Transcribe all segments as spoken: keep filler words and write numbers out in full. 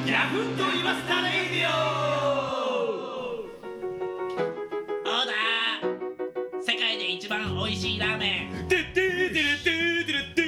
ギャフンと言わせたレイディオ。オーダー、世界で一番おいしいラーメン。トゥットゥートゥルトゥートゥルトゥ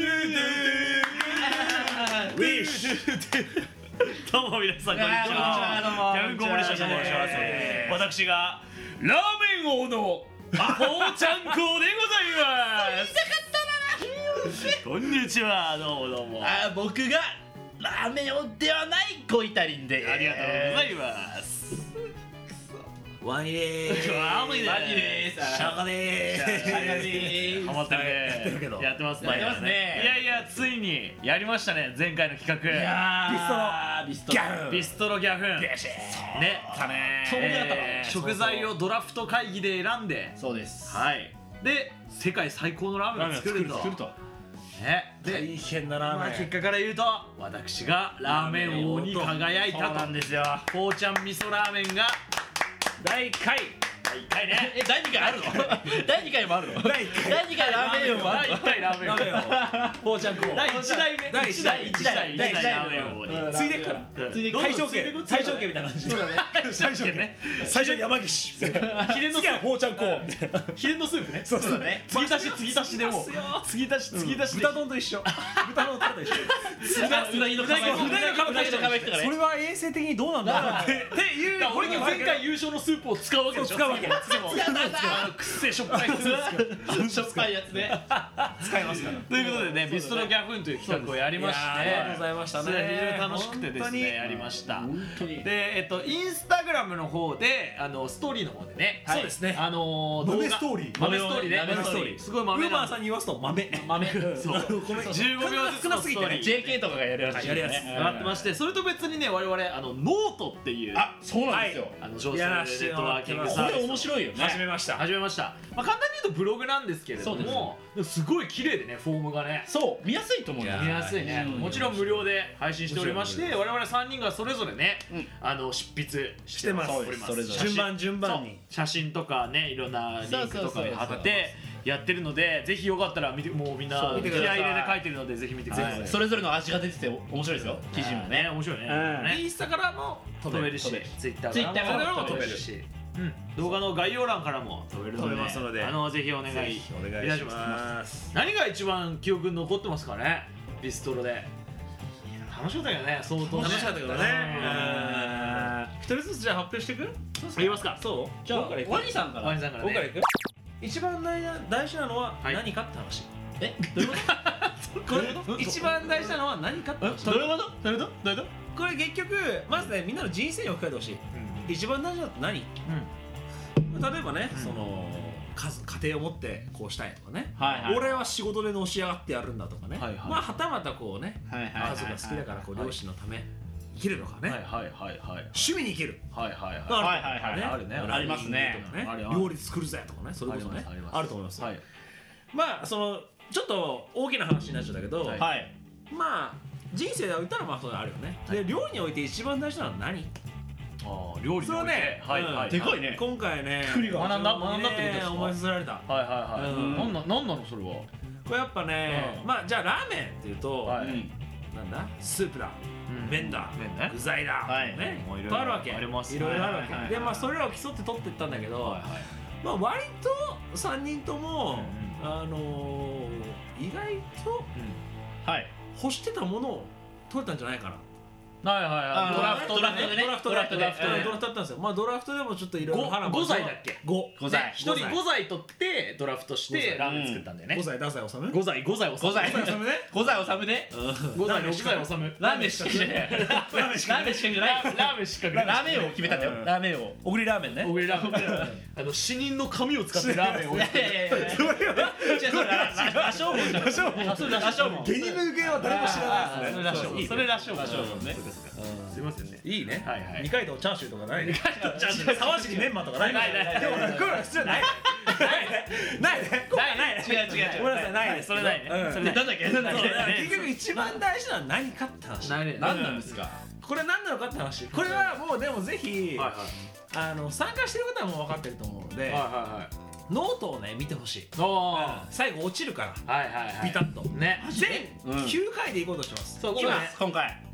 ーウィッシュ。どうも皆さんこんにちは。ギャフンコモリシャと申します。私がラーメン王のポーちゃんこでございます。こんにちは、どうもどうも。 あ、僕がラーメン王ではないゴイタリンでありがとうございます。 ワニでーす。 ワニワニでーす。シャカでーす。シャカでーす。 ハマってるね。やってますね。 やってますね。 いやいや、ついにやりましたね、前回の企画。 いやー、ビストロギャフン。 ビストロギャフン。ね。 たねー。えー食材をドラフト会議で選んで。 そうです。 はい。で、世界最高のラーメンを作ると。 作ると。 ね。 大変なラーメン。 まあ結果から言うと、私がラーメン王に輝いたと。 そうなんですよ。 ポーちゃん味噌ラーメンがだいいっかい。 だいいっかいね。 え、だいにかいあるの？だいにかいもあるの？だいいっかい。だいにかいラーメン王もあるの？ だいいっかいラーメン王。 ポーちゃんこ。 だいいち代目。 だいいち代。 いち代。いち代ラーメン王に。 ついでから。ついで大将家。大将家みたいな感じ。そうだね。 最初ね。 最初山岸。秘伝のスープ。ポーちゃんこ。 秘伝のスープね。 そうだね。 継ぎ足し継ぎ足しでも継ぎ足し継ぎ足し豚丼と一緒。豚丼と一緒。うなぎの壁。うなぎの壁。それは衛生的にどうなんだろうっていう。 これが前回優勝のスープを使うわけでしょ。 使うわけ。 くっせえしょっぱいやつ。 しょっぱいやつね。使いますから。 ということでね、ビストロギャフンという企画をやりまして、 ありがとうございましたね。 それは非常に楽しくてですね、やりました。 本当に。 で、えっとインスタグラムの方で、あのストーリーの方でね、 そうですね。 あの豆ストーリー。 豆ストーリーね。 豆ストーリー。 すごい豆。 ウーバーさんに言わすと豆。豆。 そう。じゅうごびょうずつのストーリー。 ジェーケー とかがやるやつ。やるやつ。 上がってまして、それと別にね、我々あのノートっていう、 あ、そうなんですよ。 あのソーシャルネットワーキングサービス。 これ面白いよね。始めました。 始めました。まあ簡単に言うとブログなんですけれども、すごい綺麗でね、フォームがね。 そう、見やすいと思うよ。 見やすいね。もちろん無料で配信しておりまして、我々さんにんがそれぞれね、あの執筆してます。 それぞれ順番順番に写真とかね、いろんなリンクとか貼ってやってるので、ぜひよかったら見て、もうみんな気合い入れて書いてるのでぜひ見てください。 それぞれの味が出てて面白いですよ。記事もね、 面白いね。 インスタからも飛べるし、ツイッターからも飛べるし、動画の概要欄からも飛べるので、あのぜひお願いいたします。何が一番記憶に残ってますかね、ビストロで。楽しかったけどね、相当楽しかったけどね。一人ずつじゃあ発表していく？ 言いますか。 そう。じゃあワニさんから。 ワニさんから僕からいく？一番大事なのは何かって話。え？どういうこと？一番大事なのは何かって話。 どういうこと？どういうこと？どういうこと？ これ結局まずね、みんなの人生に置き換えてほしい。一番大事なのって何？例えばね、その家庭を持ってこうしたいとかね、俺は仕事でのし上がってやるんだとかね、まあはたまたこうね、家族が好きだからこう両親のため生きるとかね、趣味に生きる、 はいはいはいあるね、ありますね。料理作るぜとかね、それこそねあると思います。まあそのちょっと大きな話になっちゃったけど、まあ人生で言ったらまあそうあるよね。で料理において一番大事なのは何？ ああ、料理のね、 はいはい、でかいね。今回ね、 学んだ学んだってことですか？ 思いさせられた。 はいはいはい。なんななんなのそれは？ これやっぱね、まあじゃあラーメンっていうと、なんだ、スープだ、麺だ、具材だ、ね、いっぱいあるわけ。いろいろあるわけ。でまあそれらを競って取っていったんだけど、まあ割とさんにんともあの意外と欲してたものを取れたんじゃないかな。 はいはいはい。ドラフトドラフトでね、ドラフトでドラフトドラフトだったんですよ。まあドラフトでもちょっといろいろございだっけ？ ございひとりござい取ってドラフトしてラーメン作ったんだよね。 ござい太宰治ございござい治ござい治ねござい治ねございろくざい治ラーメン失格じゃないラーメン失格じゃないラーメン失格ラーメンを決めたんだよ。ラーメンを小栗ラーメンね、 小栗ラーメンあの死人の髪を使ってラーメンを。いやいやいやそれは違う、それ羅生門じゃん。羅生門、それ羅生門、 デニム系は誰も知らないですね。 それ羅生門、それ羅生門ね。 すいませんね。 いいね。 はいはい。 二階堂チャーシューとかないね。 沢尻メンマとかないないない。 でもこれ普通ない。ないね。 ないね。違う違う違う。 ごめんなさい、ないです。 それないね。それなんだっけ？なんだっけ？ 結局一番大事なのは何かって話。何なんですか？これ何なのかって話。これはもうでもぜひあの参加してる方はもう分かってると思うので。ノートをね見てほしい。最後落ちるからビタッと全きゅうかいでいこうとします。 今回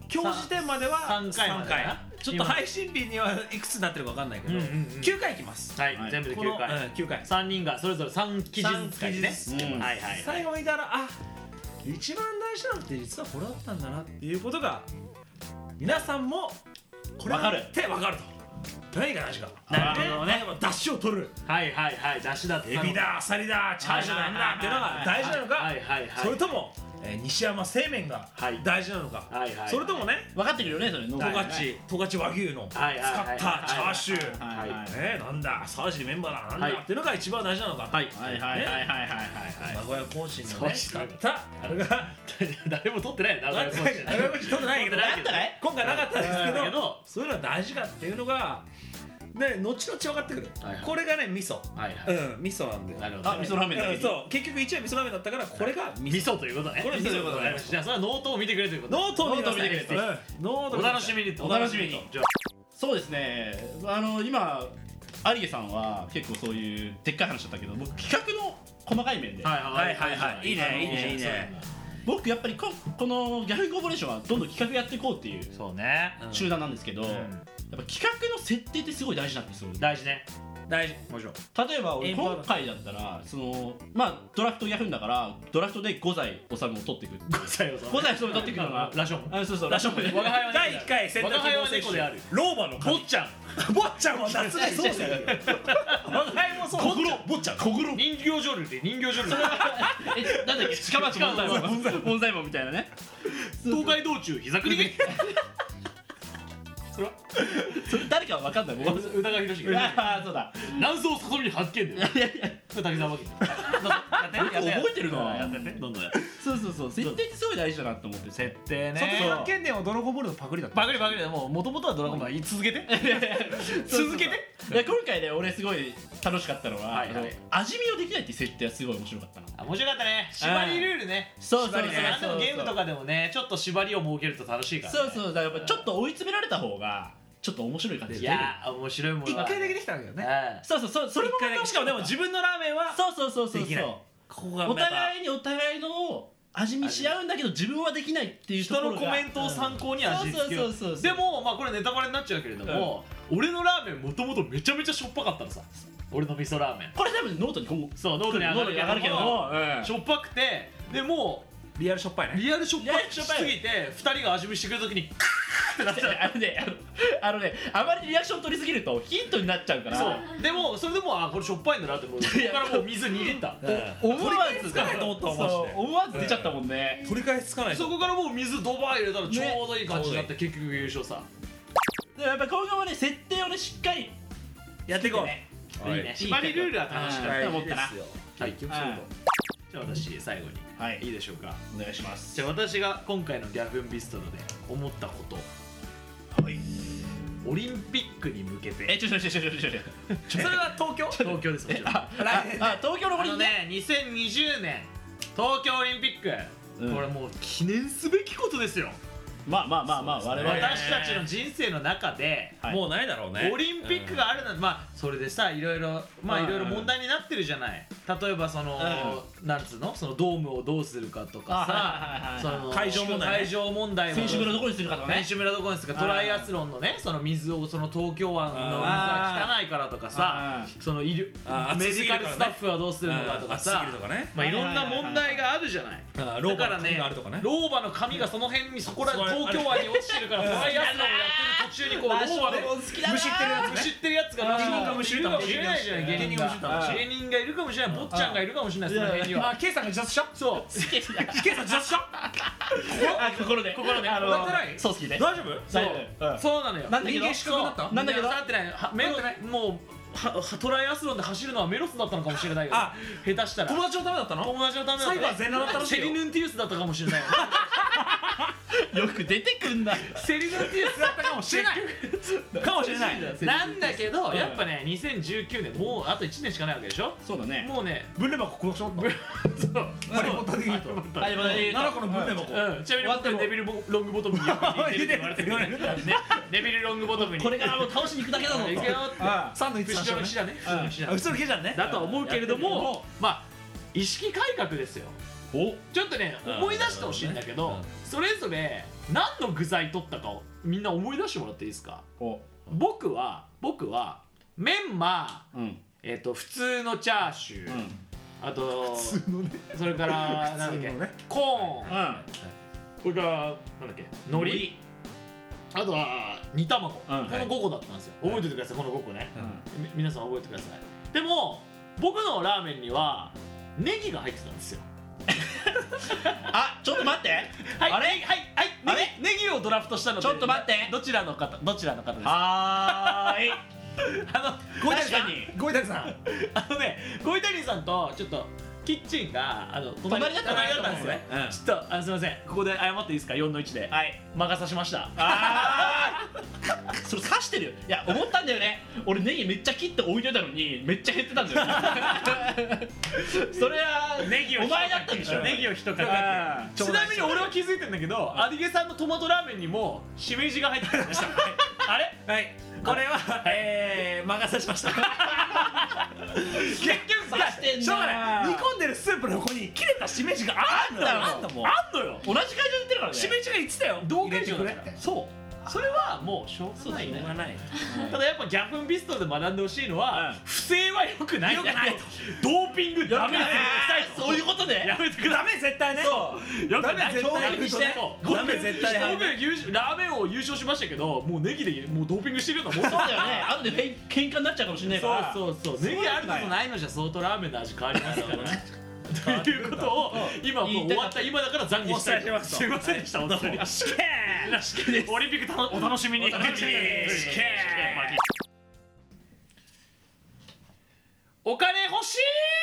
今日時点まではさんかいまでな。 ちょっと配信日にはいくつになってるか分かんないけど、きゅうかいいきます。 はい、全部できゅうかい。 きゅうかい。 さんにんがそれぞれさん記事ずつ書いてね。はいはい。 最後見たら、あ、一番大事なのって実はこれだったんだなっていうことが皆さんもこれ分かるって分かると。何が大事か。 なるほどね。 出汁を取る。 はいはいはい。出汁だった。 エビだ、アサリだ、チャーシューなんだっていうのが大事なのか。それとも西山製麺が大事なのか。それともね、 分かってくるよねそれ。 十勝十勝和牛の使ったチャーシュー、ね、なんだ沢尻メンバーだなんだっていうのが一番大事なのか。 はいはいはいはいはいはい。 名古屋コーチンのね使ったあれが誰も取ってないよ。名古屋コーチン。 名古屋コーチン取ってないけど、今回なかったんですけど、そういうのは大事かっていうのがで、後々分かってくる。これがね、味噌。うん、味噌なんだよ。 なるほど。 あ、味噌ラーメンだ。 そう、結局一応味噌ラーメンだったから、これが味噌ということね。 これ味噌ということね。 じゃあ、それはノートを見てくれということ。 ノートを見てくれ。 お楽しみに。 お楽しみに。そうですね。あの今有毛さんは結構そういうでっかい話だったけど、僕企画の細かい面で。 はいはいはい。いいねいいねいいね。 僕やっぱりここのギャフンコーポレーションはどんどん企画やっていこうっていう集団なんですけど、やっぱ企画の設定ってすごい大事なんですよ。 大事ね。 大事。もちろん。 例えば俺今回だったらそのまあドラフトギャフンだからドラフトで五代治を取っていく。 五代治五代治取っていくのがラション。 あ、そうそうラション。 だいいっかい選択希望選手である。ローマの坊ちゃん。 坊ちゃんは夏でそうだよ。我が輩もそう。 小黒坊ちゃん。小黒。人形ジョルで人形ジョル。 え、なんだっけ、近松門左衛門門左衛門みたいなね。 東海道中膝くり。それそれ誰かは分かんない。 宇田川宏が。 ああ、そうだ。 南宋里見発見だよ。 いやいや、 滝沢真希。 覚えてるの。 やってね。どんどんやって。 そうそうそう。設定ってすごい大事だなと思って。 設定ね。 里見発見伝はドラゴンボールのパクリだった。 パクリパクリだ。もう元々はドラゴンボール。続けて。続けて。 いや今回ね、俺すごい楽しかったのは味見をできないっていう設定はすごい面白かったな。 面白かったね。縛りルールね。 そうそうそう。 でもゲームとかでもね、ちょっと縛りを設けると楽しいから。 そうそう。だからやっぱちょっと追い詰められた方がちょっと面白い感じで。 いや面白いもの。 一回だけできたわけだよね。 そうそうそう。それもしかもでも自分のラーメンはそうそうそうそうそう。 ここがお互いにお互いのを味見し合うんだけど自分はできないっていうところが人のコメントを参考に味付けを。でもまあこれネタバレになっちゃうけれども、俺のラーメンもともとめちゃめちゃしょっぱかったのさ。俺の味噌ラーメン。 これ多分ノートに今後そうノートに上がるけどもしょっぱくて、でもリアルしょっぱいね。 リアルしょっぱいしすぎてふたりが味見してくれた時にクーってなっちゃう。 あのねあのねあまりリアクション取りすぎるとヒントになっちゃうから。 そうでもそれでもあこれしょっぱいんだなって思う。そこからもう水に入れた。 思わず思わず出ちゃったもんね。 取り返しつかない。 そこからもう水ドバー入れたらちょうどいい感じになって結局優勝さ。 でやっぱ今後はね設定をねしっかりやっていこう。 いいね。縛りルールは楽しかったと思ったな。はい。じゃあ私最後にいいでしょうか。 お願いします。 じゃあ私が今回のギャフンビストロで思ったこと。はい。オリンピックに向けて。 えちょちょちょちょちょちょ。 それは東京？ 東京です。 あ東京のオリンピックね。にせんにじゅうねん東京オリンピック。これもう記念すべきことですよ。 まあまあまあまあ我々 私たちの人生の中でもうないだろうね。 オリンピックがあるの、まあそれでさいろいろまあいろいろ問題になってるじゃない。例えばそのなんつうのそのドームをどうするかとかさ、その会場問題会場問題選手村どこにするかとかね。 選手村どこにするか、トライアスロンのねその水をその東京湾の水が汚いからとかさ、その医療メディカルスタッフはどうするのかとかさ、まあいろんな問題があるじゃない。だからね老婆の髪がその辺にそこら東京湾に落ちてるからトライアスロンをやってる途中にこう老婆のむしってるやつむしってるやつが芸人がむしるかもしれないじゃない。芸人が芸人がいるかもしれない。坊ちゃんがいるかもしれない。その辺には。 あ、K さんが自殺した？ そう。 K さん自殺した？ 心で心で。 あのそう好きで。 大丈夫？ そう。そうなのよ。 なんだけど人間資格だった？ なんだけどだってねメロもうトライアスロンで走るのはメロスだったのかもしれないよ。あ、下手したら。 友達のためだったの？ 友達のためだった。 最後は全裸だったらしいよ。 セリヌンティウスだったかもしれない。 よく出てくんな。 セリヌンティウスだったかもしれない。 かもしれない。 なんだけどやっぱねにせんじゅうきゅうねんもうあといちねんしかないわけでしょ。 そうだね。 もうね分類箱こうしよう。そう。ハリーポッター的にと。 ハリーポッター的に。 ななこの分類箱。 うん。ちなみに僕デビルロングボトムによく似てるって言われてるね。デビルロングボトムに。 これからもう倒しに行くだけだぞと。 行くよ。 サンドイッチ後ろの木だね。 後ろの木じゃんね。 だと思うけれども、まあ意識改革ですよ。 ちょっとね思い出してほしいんだけど、それぞれ何の具材取ったかをみんな思い出してもらっていいですか。僕は僕はメンマ、えっと普通のチャーシュー、あとそれからなんだっけコーン、これからなんだっけ海苔、あとは煮卵、このごこだったんですよ。覚えててください、このごこね。皆さん覚えてください。でも僕のラーメンにはネギが入ってたんですよ。 あ、ちょっと待って。 はい、あれ、はい、はい、あれ、ネギをドラフトしたので。 ちょっと待って。 どちらの方、どちらの方ですか。 はーい。 あの、ゴイタニさん、ゴイタニさん。あのね、ゴイタニさんとちょっとキッチンがあの隣だったんですね。ちょっとあすみません、ここで謝っていいですか。よんのいちで。はい。任さしました。 ああ。それ刺してるよ。いや思ったんだよね。俺ネギめっちゃ切って置いてたのにめっちゃ減ってたんだよ。それはネギをお前だったんでしょ。 ネギを一かけ。ちなみに俺は気づいてんだけど、アディゲさんのトマトラーメンにもしめじが入ってました。あれ？はい。これはえー任さしました。結局さ、しょうがない。煮込んでるスープの横に切れたしめじがあんのよ。あんのよ。 同じ会場で言ってるからね。 しめじが言ってたよ。同会場だから。そう。それはもうしょうがないね。ただやっぱギャフンビストで学んでほしいのは、不正は良くない。良くないと。ドーピングダメ。 そういうことで。 やめてください。ダメ絶対ね。そう。よくない。絶対にして。ダメ絶対。僕ラーメン王優勝しましたけど、もうネギでもうドーピングしてるようなもん。 そうだよね。後で喧嘩になっちゃうかもしれないから。 そうそうそう。ネギあるのとないのじゃ相当ラーメンの味変わりますからね。ということを今もう終わった今だから懺悔したいと思います。すいませんでした本当に。試験オリンピックお楽しみに。試験お金欲しい。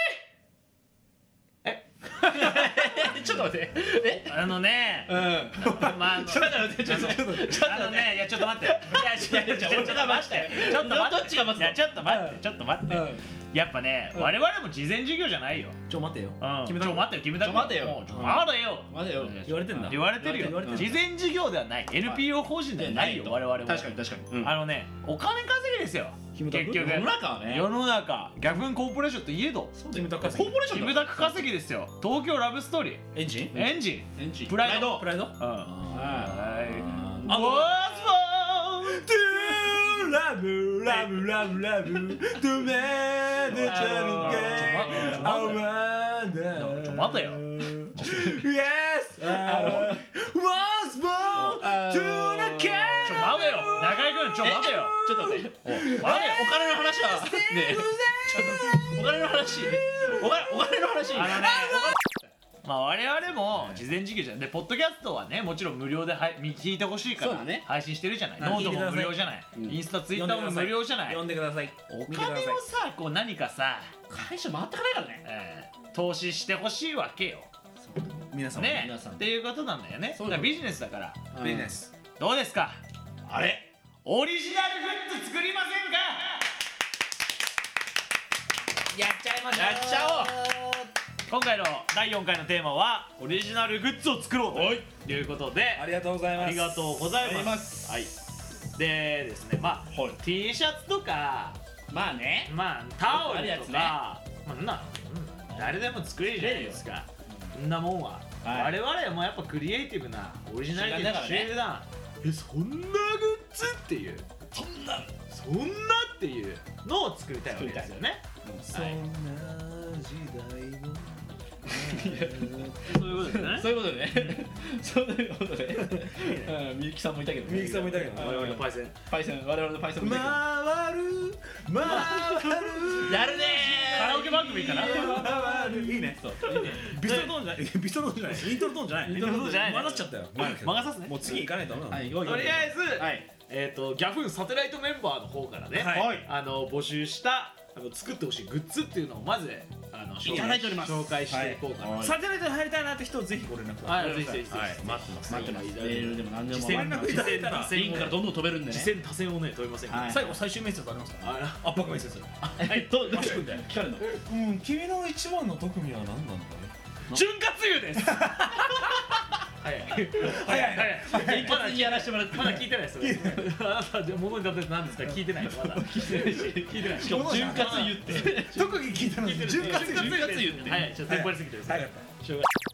えちょっと待って。えあのね、 まあちょっと待ってちょっとあのねいやちょっと待って。いやちょっと待って。ちょっと待って。どっちが待つの？いやちょっと待ってちょっと待って。やっぱね、我々も事前授業じゃないよ。 ちょ待てよ。 ちょ待てよ、決めた。 待てよ。 待てよ。 待てよ。 言われてんだ。 言われてるよ。事前授業ではない。エヌピーオー 法人ではないよ。我々も。 確かに確かに。 あのね、お金稼ぎですよ。結局。 世の中はね。 世の中。ギャフンコーポレーションといえど。 キムタク稼ぎ。 コーポレーション。キムタク稼ぎですよ。東京ラブストーリー。 エンジン？ エンジン。 エンジン。 プライド。 プライド？うん。 はい。 あの。ラブラブラブラブ止めてちゃうけあわだちょ待てよ Yes Once more to the cat ちょ待てよ中居君ちょ待てよちょっと待ってお金の話はねちょっとお金の話お金お金の話あのねまあ我々も事前授業じゃないでポッドキャストはねもちろん無料で聞いてほしいから配信してるじゃない。ノートも無料じゃない。インスタツイッターも無料じゃない。 読んでください。 お金をさこう何かさ会社回ってかないからね投資してほしいわけよ皆さんねっていうことなんだよね。ビジネスだからビジネスどうですか。 あれオリジナルグッズ作りませんか。 やっちゃいましょう。 やっちゃおう。 今回のだいよんかいのテーマはオリジナルグッズを作ろうということでありがとうございます。 ありがとうございます。はい。でですね、まあ、はい、T シャツとかまあねまあタオルとか、ね、まあな誰でも作れるじゃないですか。そんなもんは、はい、我々はもうやっぱクリエイティブなオリジナリティの集団、ね、えそんなグッズっていうそんなそんなっていうのを作りたいわけですよね。 そんな時代のそういうことですね。 そういうことね。そういうことね。みゆきさんもいたけど。 みゆきさんもいたけど。 我々のパイセン。 パイセン、我々のパイセンもいたけど。 回る、回る。 やるねー。カラオケ番組かな。 回る。いいね。そう。いいね。ビストロトーンじゃない。ビストロトーンじゃない。イントロトーンじゃない。 イントロトーンじゃない。 混ざっちゃったよ。 任さすね。 もう次行かないとダメなの。 はい。とりあえず、えっとギャフンサテライトメンバーの方からね、あの募集したあの作ってほしいグッズっていうのをまずあの紹介紹介していこうかな。 サテライトに入りたいなって人ぜひご連絡ください。はい、ぜひぜひ待ってます。 待ってます。メールでも何でも。 連絡いただいたらリンクからどんどん飛べるんでね。 次戦多戦をね飛びません。 最後最終面接ありますか。圧迫面接。 はい。どうしてくんだよ。聞かれるの。 うん、君の一番の特技は何なんだね。 潤滑油です。早い早い早い。 一発にやらせてもらってまだ聞いてないです。あなたじゃ物に立てて何ですか聞いてないまだ聞いてないし聞いてない。 しかも潤滑油って特技聞いてない。潤滑油潤滑油って。 はいちょっとテンポりすぎてる。 早かった。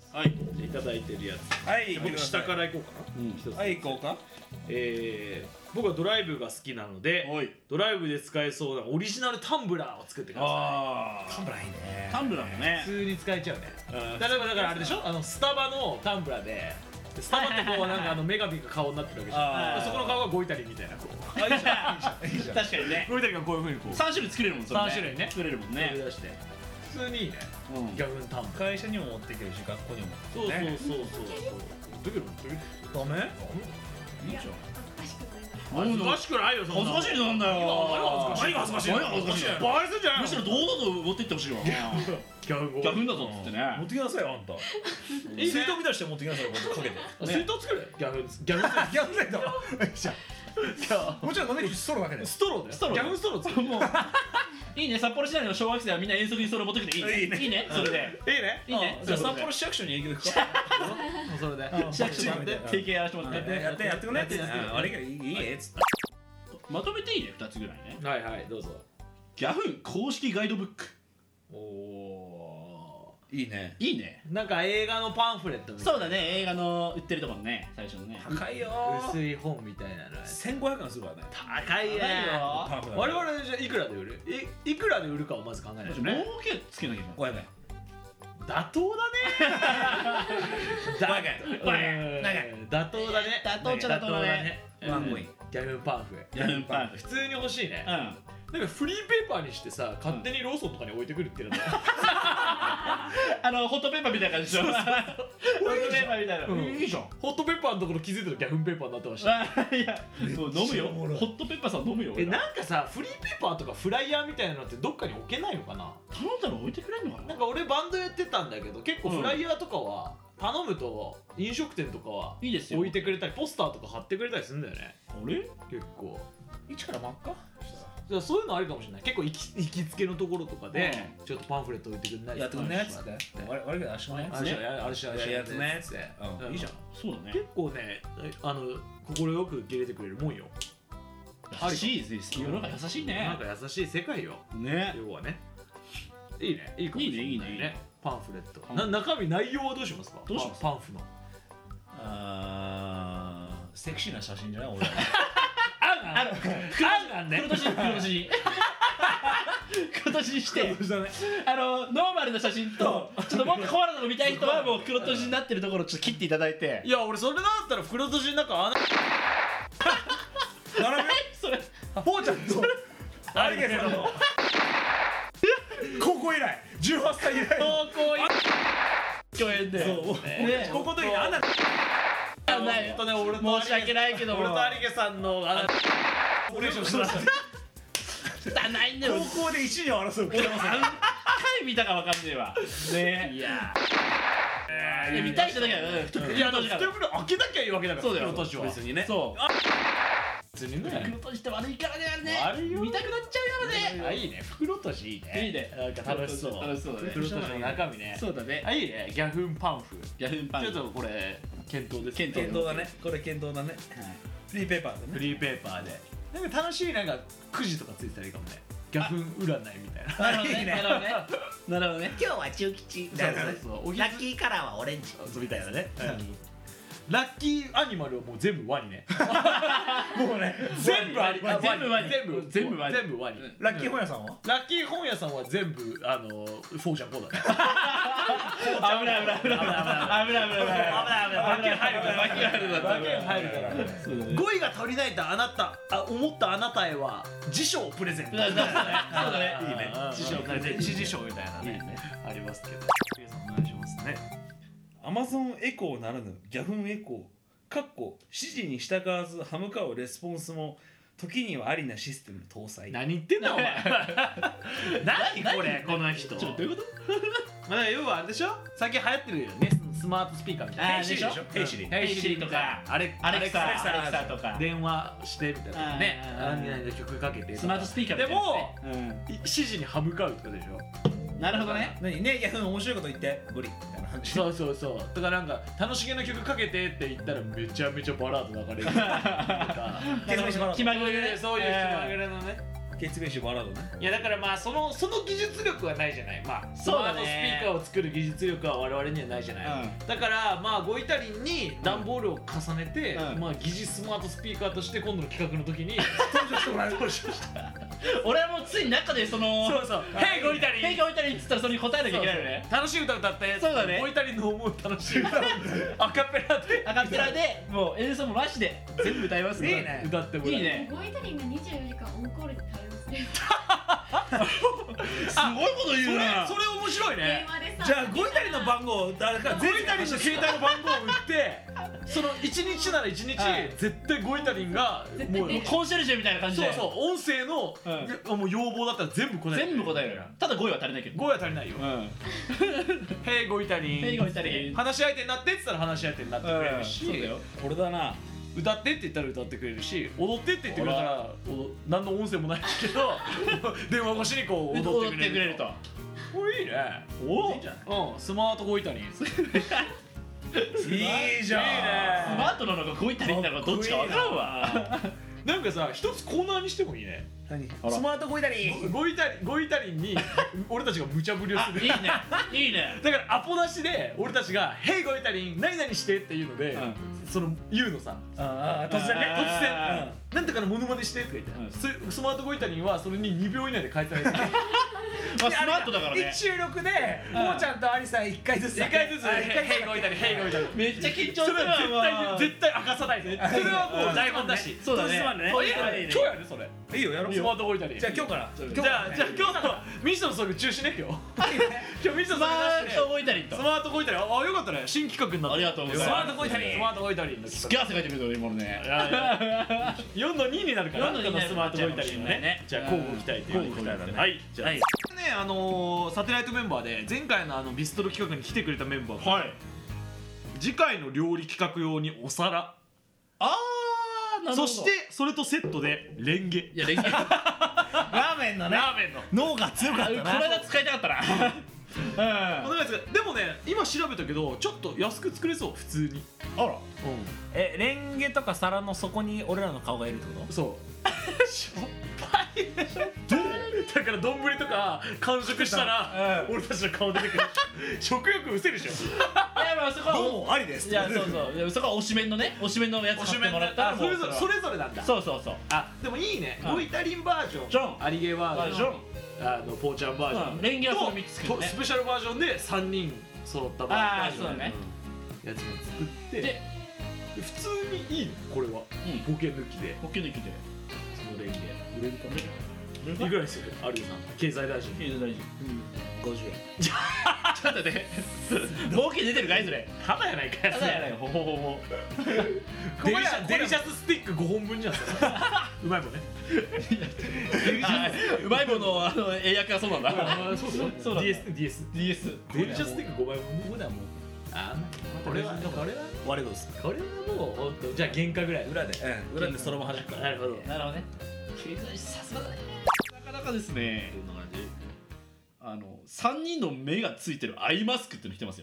はいじゃいただいてるやつはい僕下からいこうかなはい行こうかえー僕はドライブが好きなのでドライブで使えそうなオリジナルタンブラーを作ってください。 タンブラーいいね。 タンブラーもね普通に使えちゃうね。例えばだからあれでしょ、あのスタバのタンブラーでスタバってこうなんかあの女神が顔になってるわけじゃん。そこの顔がゴイタリみたいなこうあいいじゃんいいじゃん。 確かにねゴイタリがこういうふうにこうさん種類作れるもんそれねさん種類ね作れるもんね取り出して普通にいいね。 うんギャグンタンブラー会社にも持っていけるし学校にも。 そうそうそうそうそう持ってくる持ってくるダメ？ いいじゃん恥ずかしくないよそんな恥ずかしいなんだよ何が恥ずかしい何が恥ずかしいバカにすんじゃないむしろ堂々と持ってってほしいわギャグンギャフンだぞっつってね持ってきなさいよあんた。 いいね水筒みたいにして持ってきなさいよかけて。 水筒作るギャグンギャグンギャグセット。いいじゃん。もちろん飲めるストローだけで。 ストローでストローギャグンストロー作るもういいね札幌市内の小学生はみんな遠足にそれ持ってきていいねいいねいいねそれでいいねいいねじゃあ札幌市役所に営業行くか。 それで市役所で提携やらせてもらってやってやってくれって。 やってやってあれがいいいいえっつって。 まとめていいねふたつぐらいねはいはいどうぞ。 ギャフン公式ガイドブックおおいいね。 いいねなんか映画のパンフレットみたいなそうだね映画の売ってるところね最初のね高いよ。 薄い本みたいなの千五百円するからね。 高いね高いよ我々じゃあいくらで売るいいくらで売るかをまず考えないと儲ねけつけなきゃいけない五百円。 妥当だね五百円。長い。 妥当だね妥当っちゃ妥当だねワンコインギャグンパンフギャフンパンフ普通に欲しいねうんなんかフリーペーパーにしてさ勝手にローソンとかに置いてくるっていうのあのホットペッパーみたいな感じでしょホットペッパーみたいなうんいいじゃんホットペッパーのところ気づいたらギャグンペーパーになってましたあいやそう飲むよめっちゃおもろいホットペッパーさん飲むよえ俺らなんかさフリーペーパーとかフライヤーみたいなのってどっかに置けないのかな頼んだら置いてくれんのかななんか俺バンドやってたんだけど結構フライヤーとかは頼むと飲食店とかはいいですよ置いてくれたりポスターとか貼ってくれたりするんだよねあれ結構一から真っ赤。 だからそういうのあるかもしれない結構行き行きつけのところとかでちょっとパンフレット置いてくれないやってくんねっつって。俺俺が足のね。 あれしょあれしょあれしょやつねっつって。 ううんんいいじゃん。 そうだね結構ねあの快く受け入れてくれるもんよ優しいです世の中優しいねなんか優しい世界よね要はねいいねいいかもしれないいいねいいねパンフレットパンフな中身内容はどうしますかどうしますパンパンフのあーセクシーな写真じゃない俺。 あのあんなんね黒年黒年黒年にしてあのノーマルな写真とちょっともっとコアなの見たい人はもう黒年になってるところをちょっと切っていただいていや俺それだったら袋閉じの中穴並べ。 それポーちゃんと有毛さんの高校以来じゅうはっさい以来の高校共演でそうね高校の時に穴ないほんとね俺と申し訳ないけど俺と有毛さんの穴オレーションしてました汚いんだよ高校で一二を争う俺何回見たかわかんねえわねいやいや見たい人だけだよいやだから袋開けなきゃいいわけだからそうだよ袋閉じは別にねそう別にね黒閉じって悪いからねあれね悪いよ見たくなっちゃうよねあいいね袋閉じいいねいいねなんか楽しそう楽しそうだね袋閉じの中身ねそうだねあいいねギャフンパンフギャフンパンちょっとこれ検討です検討検討だねこれ検討だねフリーペーパーでねフリーペーパーでなんか楽しいなんかくじとかついてたらいいかもねギャフン占いみたいななるほどねなるほどねなるほどね今日は中吉そうそうそうおひラッキーカラーはオレンジみたいなねラッキーアニマルはもう全部ワニねもうね全部あり全部ワニ全部全部ワニ全部ワニラッキー本屋さんはラッキー本屋さんは全部あのフォーちゃんコーだね危ない危ない危ない危ない危ない危ない危ない馬券入るから馬券入るから馬券入るから語彙が足りないとあなたあ思ったあなたへは辞書をプレゼントそうだねそうだねいいね辞書をプレゼント辞書みたいなねありますけどお願いしますねアマゾンエコーならぬギャフンエコーかっこ指示に従わず歯向かうレスポンスも時にはありなシステム搭載何言ってんだお前何これこの人ちょっとどういうことまあ要はあれでしょ最近流行ってるよねスマートスピーカーみたいなあーでしょヘイシリヘイシリとかアレアレクサアレクサアレクサとか電話してみたいなねあー何々の曲かけてスマートスピーカーみたいなやつね指示に歯向かうってことでしょうんなるほどね何ねギャフン面白いこと言ってブリみたいな感じそうそうそうだからなんか楽しげな曲かけてって言ったらめちゃめちゃバラード流れるとかケツメイシバラード気まぐれでねそういう気まぐれのねケツメイシバラードね。 いやだからまあそのその技術力はないじゃない。まあスマートスピーカーを作る技術力は我々にはないじゃない、うん、だからまあゴイタリンに段ボールを重ねて、うん、まあ疑似スマートスピーカーとして今度の企画の時に登場してもらう。登場した俺はもうつい中でそのそうそう「ヘイゴイタリン」「 ヘイゴイタリン」っつったらそれに答えなきゃいけないよね。 楽しい歌歌ってそうだね。 ゴイタリンの思う楽しい歌アカペラでアカペラでもう演奏もなしで全部歌いますね。 いいね歌ってもらう。 いいね。 ゴイタリンがにじゅうよじかんオンコールで食べますね。 すごいこと言うな。 それ面白いね。 じゃあゴイタリンの番号誰かゴイタリンの携帯の番号を打ってそのいちにちならいちにち絶対ゴイタリンがもうコンシェルジュみたいな感じでそうそう音声のもう要望だったら全部答える。 全部答えるよ。ただごいは足りないけど。 ごいは足りないよ。ヘイゴイタリン。 ヘイゴイタリン。 話し相手になってって言ったら話し相手になってくれるし。 そうだよ。 これだな。 歌ってって言ったら歌ってくれるし、踊ってって言ってくれたら何の音声もないけど電話越しにこう踊ってくれると。これいいね。おいいじゃん。うん、スマートゴイタリン。いいじゃん。いいね。 スマートなのかゴイタリンなのかどっちかわからんわ。 なんかさ、一つコーナーにしてもいいね。 何？ スマートゴイタリン。ゴイタリン、ゴイタリンに俺たちが無茶ぶりをする。 いいね。いいね。 だからアポなしで俺たちが「ヘイゴイタリン何々して」っていうので、その言うのさ。 ああ突然ね突然なんとかのモノマネしてって言ってスマートゴイタリンはそれににびょう以内で返さない。 まあスマートだからね。 一収録でもーちゃんとアリさんいっかいずついっかいずつ「ヘイゴイタリンヘイゴイタリン」 めっちゃ緊張するわ。 絶対絶対明かさないで。それはもう台本だし。 そうだね。 今日やるそれ。 いいよやろう。 スマートゴイタリン。 じゃあ今日から。 じゃあじゃあ今日のミッションそれ中止ね今日。今日ミッションそれなしで。 スマートゴイタリンと。 スマートゴイタリン。あよかったね。新企画になった。 ありがとうございます。 スマートゴイタリン。スマートゴイタリン。 すっげえ汗かいてくるよ今のね。 よんのにになるから。 よんのにになるスマートゴイタリンのね。じゃあ交互期待ということで。はいじゃあねあのサテライトメンバーで前回のあのビストロ企画に来てくれたメンバーが次回の料理企画用にお皿。 あーなるほど。 そしてそれとセットでレンゲ。 いやレンゲ。 ラーメンのね。 ラーメンの脳が強かったな。 この間使いたかったな。 でもね今調べたけどちょっと安く作れそう普通に。 あら。 えレンゲとか皿の底に俺らの顔がいるってこと？ そうしょっぱいね。だから丼とか完食したら俺たちの顔出てくる。食欲うせるでしょ。 いやまあそこはどうもありです。 いやそうそうそこは推しメンのね推しメンのやつ買ってもらったらそれぞれそれぞれなんだ。 そうそうそう。 あでもいいね。ゴイタリンバージョン、アリゲーバージョン、あのポーちゃんバージョン、 レンゲはそのみっつとスペシャルバージョンでさんにん揃ったバージョンのやつも作ってで普通にいいのこれはボケ抜きでボケ抜きでそのレンゲ売れるかね。いくらですよアリさん経済大臣。 経済大臣ごじゅうえん。 ちょっと待って儲け出てるかいそれ。 ただやないかよ。 ただやないほほほほ。 デリシャデリシャススティックごほんぶんじゃん。うまいもんね。 うまいものあの英訳はそうなんだ。 そうだよ。 そうだ。 ディーエス ディーエスディーエスデリシャススティックごまいもん。ここだもう。あこれはこれは割れどうすか。 これはもうほんとじゃあ原価ぐらい裏で裏でそのまま弾くから。 なるほどなるほどね。経済さすがだね。なかなかですね。 どんな感じ？ あのさんにんの目がついてるアイマスクっての着てますよ。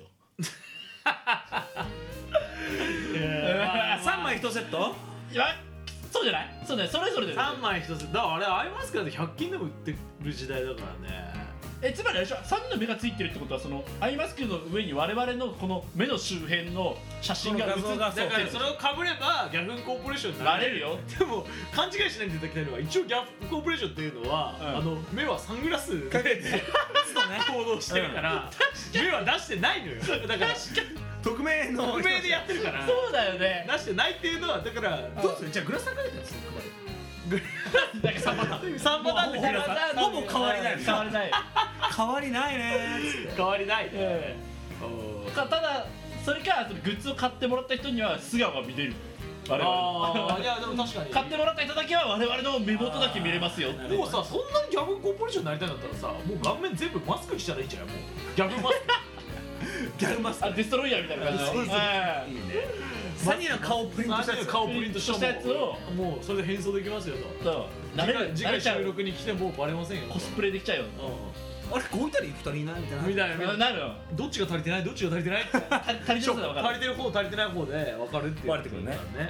さんまいいちセット？ いやそうじゃない？そうねそれぞれで。 さんまいひとつだからあれアイマスクだってひゃく均でも売ってる時代だからね。 えつまりあれでしょさんにんの目がついてるってことはそのアイマスクの上に我々のこの目の周辺の写真が写ってる。 だからそれをかぶればギャフンコーポレーションになれるよ。 でも勘違いしないでいただきたいのは一応ギャフンコーポレーションっていうのは、うん、あの目はサングラスかけて行動してるから、うん、目は出してないのよ。だから匿名の匿名でやってるからそうだよね。 出してないっていうのはだからどうする？じゃあグラサンかけてるんですよ。 だからさんパターンさんパターンでグラサンほぼ変わりない。 変わりない変わりないね。 変わりない。 ただそれかそのグッズを買ってもらった人には素顔が見れる。我々 いやでも確かに買ってもらった人だけは我々の目元だけ見れますよ。 もうさそんなにギャフンコーポレーションになりたいんだったらさもう顔面全部マスクにしたらいいんじゃない？もうギャフンマスク。 ギャルマスク。 あデストロイヤーみたいな感じの。 いいね。さんにんの顔プリントしたやつ。 顔プリントしたやつをもうそれで変装できますよと。 そう。 次回収録に来てもバレませんよ。 コスプレできちゃうよ。 あれゴイタリンふたりいないみたいな。 みたいな。 なるよ。 どっちが足りてないどっちが足りてないって。 足りてる方だ分かる。 足りてる方足りてない方で分かるっていう。 割れてくるね。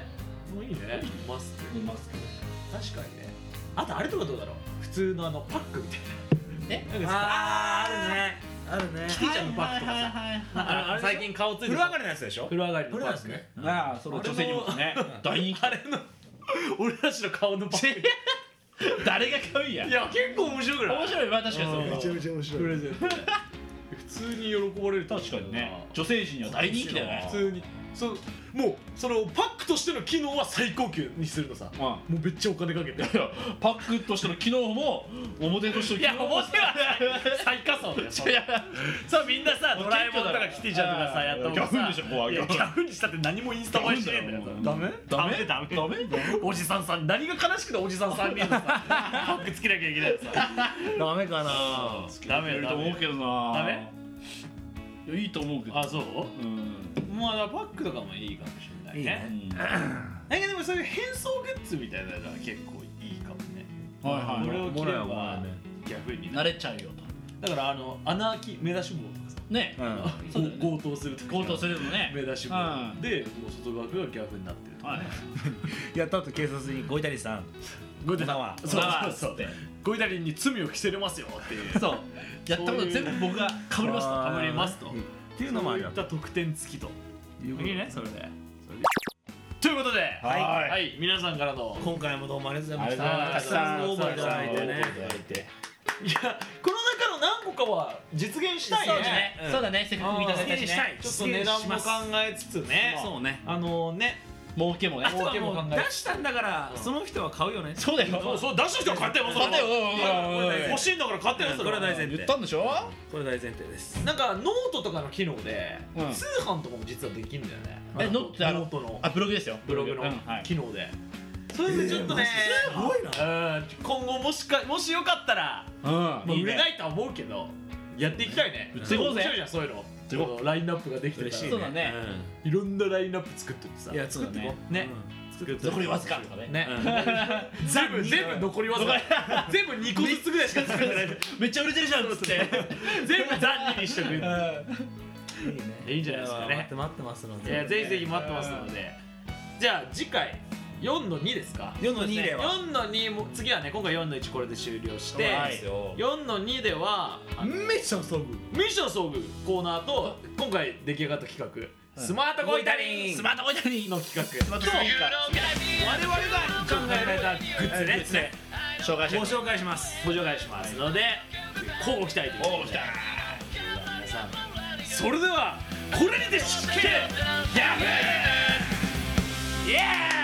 もういいねマスクマスク確かにねあとあれとかどうだろう普通のあのパックみたいなえなんかあーあるねあるねキティちゃんのパックとかさあれ最近顔ついて風呂上がりのやつでしょ。 風呂上がりのパックね。 ああそれ女性にもね大人気あれの俺たちの顔のパック誰が買うんやいや結構面白くない面白いまあ確かにそうめちゃめちゃ面白いプレゼント普通に喜ばれる確かにね女性陣には大人気だよね普通にそうもうそのパックとしての機能は最高級にするのさもうめっちゃお金かけてパックとしての機能も表としての機能もいや表は最下層だよさみんなさドラえもんとかキティちゃんとかさやったもんさギャフンでしょこういやギャフンにしたって何もインスタ映えしてねえんだよダメダメダメダメおじさんさん何が悲しくておじさんさんにんのさパックつけなきゃいけないのさダメかな。 ダメいいと思うけどなダメいやいいと思うけどあそううんまあパックとかもいいかもしれないねなんかでもそういう変装グッズみたいなのが結構いいかもねはいはいこれを着れもらうもらばうねギャフンに慣れちゃうよとだからあの穴開き目出し帽とかさねそうだよね強盗すると強盗するのね目出し帽うんでもう外側がギャフンになってるとかねやった後警察にごいたりさん。 ゴイタリンはそうそうそうゴイタリンに罪を着せれますよっていうそうやったこと全部僕がかぶりますとかぶりますとっていうのもありだそういった特典付きといいいねそれでということではいはい皆さんからの今回もどうもありがとうございました。 ありがとうございましたたくさんオーバーいただいてね。 いやこの中の何個かは実現したいそうですねねそうだねせっかくいただいたしねちょっと値段も考えつつねそうね。 あのね儲けもねあとは儲けも考えもう出したんだからその人は買うよね。 そうだよそうそう出した人は買ってよそ買ってよのうんうんうんうん欲しいんだから買ってよそれこれは大前提。 言ったんでしょこれ大前提です。 なんかノートとかの機能でうん通販とかも実はできるんだよねえノートってあのノートのあブログですよブログのうんはい機能でそれでちょっとねすごいな。 うん今後もしかもしよかったらうんまあ売れないとは思うけどやっていきたいね売っていこうぜ面白いじゃんそういうのそのラインナップができてたら嬉しいそうだねいろんなラインナップ作ってってさいや作ってこう。 ね作って残りわずかとかねね全部全部残りわずか全部にこずつぐらいしか作ってないめっちゃ売れてるじゃんっつって全部残ににしとくいいね。 いいんじゃないですかね待って待ってますのいで。 やぜひぜひ待ってますのでじゃあ次回よんのにですかよんのにではよんのにも次はね今回よんのいちこれで終了してそうなんですよよんのにではあのミッション遭遇。 ミッション遭遇コーナーと今回出来上がった企画スマートゴイタリンスマートゴイタリンの企画スマートゴイタリン我々が考えられたグッズねつね紹介してご紹介しますご紹介しますので乞うご期待ということで乞うご期待皆さんそれではこれにて失敬ギャフーイエーイ